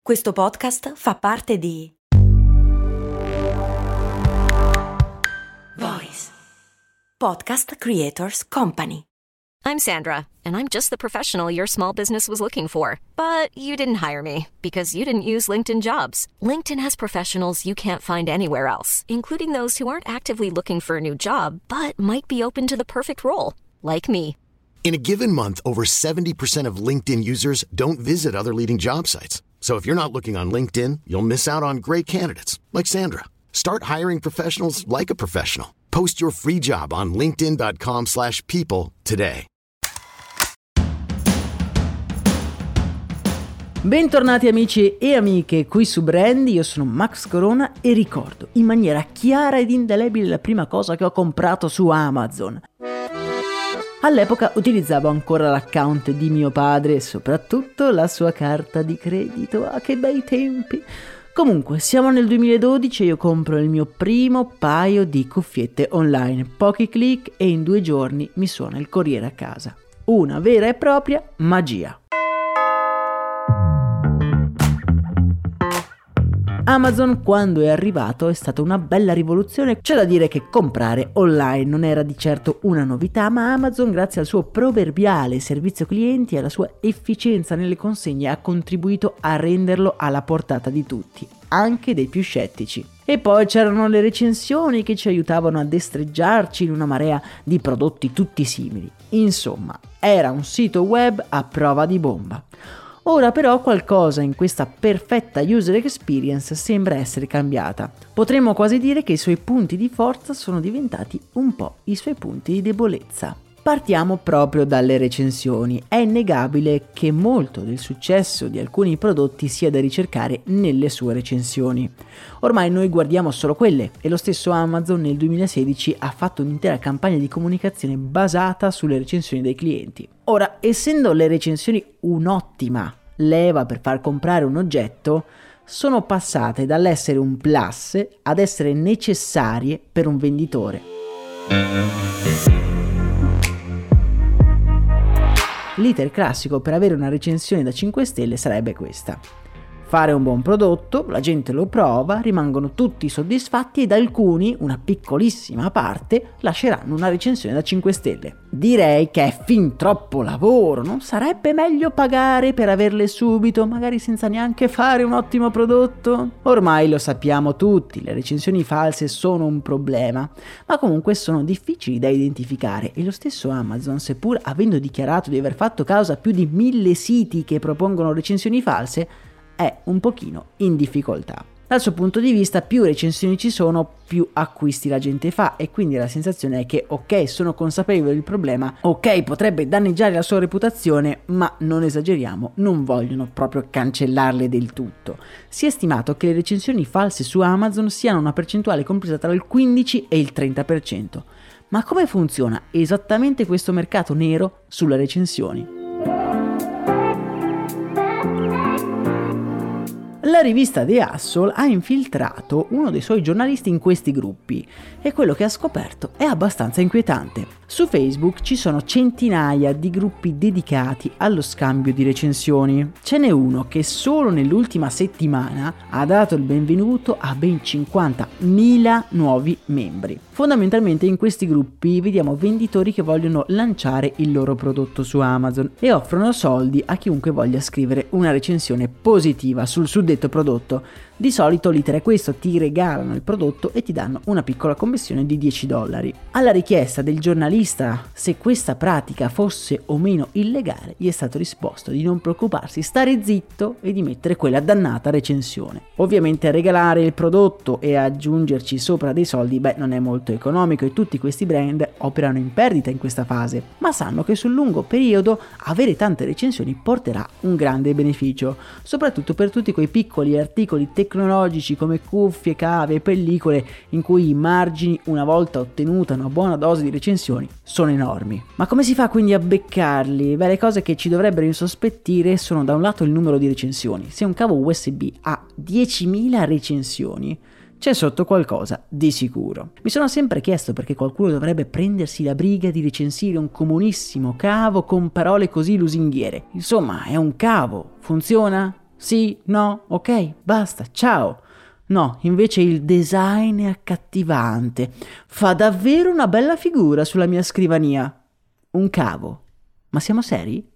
Questo podcast fa parte di Voice Podcast Creators Company. I'm Sandra, and I'm just the professional your small business was looking for. But you didn't hire me because you didn't use LinkedIn Jobs. LinkedIn has professionals you can't find anywhere else, including those who aren't actively looking for a new job, but might be open to the perfect role, like me. In a given month, over 70% of LinkedIn users don't visit other leading job sites. So if you're not looking on LinkedIn, you'll miss out on great candidates like Sandra. Start hiring professionals like a professional. Post your free job on linkedin.com/people today. Bentornati amici e amiche qui su Brandy, io sono Max Corona e ricordo in maniera chiara ed indelebile la prima cosa che ho comprato su Amazon. All'epoca utilizzavo ancora l'account di mio padre e soprattutto la sua carta di credito. Ah, che bei tempi! Comunque, siamo nel 2012 e io compro il mio primo paio di cuffiette online. Pochi click e in 2 giorni mi suona il corriere a casa. Una vera e propria magia. Amazon quando è arrivato è stata una bella rivoluzione. C'è da dire che comprare online non era di certo una novità, ma Amazon, grazie al suo proverbiale servizio clienti e alla sua efficienza nelle consegne, ha contribuito a renderlo alla portata di tutti, anche dei più scettici. E poi c'erano le recensioni che ci aiutavano a destreggiarci in una marea di prodotti tutti simili. Insomma, era un sito web a prova di bomba. Ora però qualcosa in questa perfetta user experience sembra essere cambiata. Potremmo quasi dire che i suoi punti di forza sono diventati un po' i suoi punti di debolezza. Partiamo proprio dalle recensioni. È innegabile che molto del successo di alcuni prodotti sia da ricercare nelle sue recensioni. Ormai noi guardiamo solo quelle e lo stesso Amazon nel 2016 ha fatto un'intera campagna di comunicazione basata sulle recensioni dei clienti. Ora, essendo le recensioni un'ottima leva per far comprare un oggetto, sono passate dall'essere un plus ad essere necessarie per un venditore. L'iter classico per avere una recensione da 5 stelle sarebbe questa: fare un buon prodotto, la gente lo prova, rimangono tutti soddisfatti ed alcuni, una piccolissima parte, lasceranno una recensione da 5 stelle. Direi che è fin troppo lavoro, non sarebbe meglio pagare per averle subito, magari senza neanche fare un ottimo prodotto? Ormai lo sappiamo tutti, le recensioni false sono un problema, ma comunque sono difficili da identificare e lo stesso Amazon, seppur avendo dichiarato di aver fatto causa a più di 1000 siti che propongono recensioni false, è un pochino in difficoltà. Dal suo punto di vista, più recensioni ci sono, più acquisti la gente fa e quindi la sensazione è che ok, sono consapevole del problema, ok, potrebbe danneggiare la sua reputazione, ma non esageriamo, non vogliono proprio cancellarle del tutto. Si è stimato che le recensioni false su Amazon siano una percentuale compresa tra il 15 e il 30%. Ma come funziona esattamente questo mercato nero sulle recensioni? La rivista The Hustle ha infiltrato uno dei suoi giornalisti in questi gruppi e quello che ha scoperto è abbastanza inquietante. Su Facebook ci sono centinaia di gruppi dedicati allo scambio di recensioni. Ce n'è uno che solo nell'ultima settimana ha dato il benvenuto a ben 50.000 nuovi membri. Fondamentalmente in questi gruppi vediamo venditori che vogliono lanciare il loro prodotto su Amazon e offrono soldi a chiunque voglia scrivere una recensione positiva sul suddetto prodotto. Di solito l'iter è questo: ti regalano il prodotto e ti danno una piccola commissione di $10. Alla richiesta del giornalista se questa pratica fosse o meno illegale, gli è stato risposto di non preoccuparsi, stare zitto e di mettere quella dannata recensione. Ovviamente regalare il prodotto e aggiungerci sopra dei soldi, non è molto economico e tutti questi brand operano in perdita in questa fase, ma sanno che sul lungo periodo avere tante recensioni porterà un grande beneficio, soprattutto per tutti quei piccoli articoli tecnologici come cuffie, cave e pellicole in cui i margini, una volta ottenuta una buona dose di recensioni, sono enormi. Ma come si fa quindi a beccarli? Le cose che ci dovrebbero insospettire sono da un lato il numero di recensioni. Se un cavo USB ha 10.000 recensioni, c'è sotto qualcosa di sicuro. Mi sono sempre chiesto perché qualcuno dovrebbe prendersi la briga di recensire un comunissimo cavo con parole così lusinghiere. Insomma, è un cavo, funziona? Sì, no, ok, basta, ciao. No, invece il design è accattivante. Fa davvero una bella figura sulla mia scrivania. Un cavo. Ma siamo seri?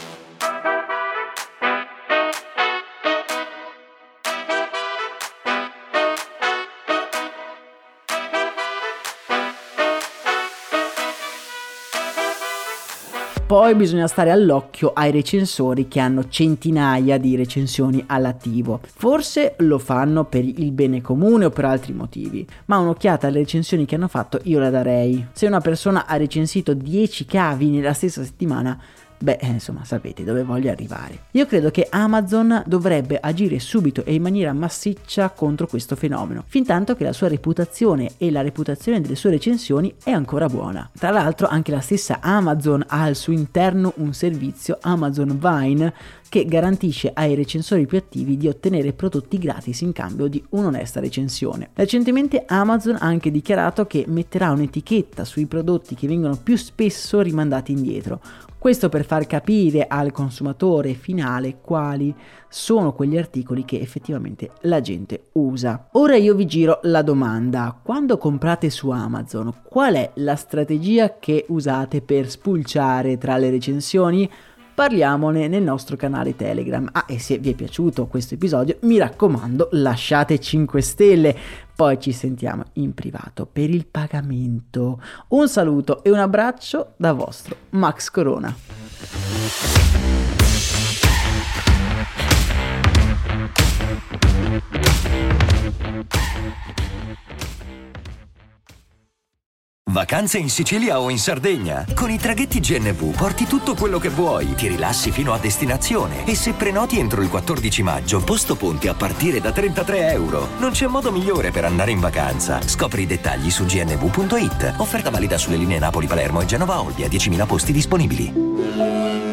Poi bisogna stare all'occhio ai recensori che hanno centinaia di recensioni all'attivo. Forse lo fanno per il bene comune o per altri motivi, ma un'occhiata alle recensioni che hanno fatto io la darei. Se una persona ha recensito 10 cavi nella stessa settimana, insomma, sapete dove voglio arrivare. Io credo che Amazon dovrebbe agire subito e in maniera massiccia contro questo fenomeno, fintanto che la sua reputazione e la reputazione delle sue recensioni è ancora buona. Tra l'altro anche la stessa Amazon ha al suo interno un servizio, Amazon Vine, che garantisce ai recensori più attivi di ottenere prodotti gratis in cambio di un'onesta recensione. Recentemente Amazon ha anche dichiarato che metterà un'etichetta sui prodotti che vengono più spesso rimandati indietro. Questo per far capire al consumatore finale quali sono quegli articoli che effettivamente la gente usa. Ora io vi giro la domanda: quando comprate su Amazon, qual è la strategia che usate per spulciare tra le recensioni? Parliamone nel nostro canale Telegram. E se vi è piaciuto questo episodio, mi raccomando, lasciate 5 stelle. Poi ci sentiamo in privato per il pagamento. Un saluto e un abbraccio da vostro Max Corona. Vacanze in Sicilia o in Sardegna. Con i traghetti GNV porti tutto quello che vuoi, ti rilassi fino a destinazione e se prenoti entro il 14 maggio, posto ponti a partire da €33. Non c'è modo migliore per andare in vacanza. Scopri i dettagli su gnv.it. Offerta valida sulle linee Napoli-Palermo e Genova-Olbia, 10.000 posti disponibili.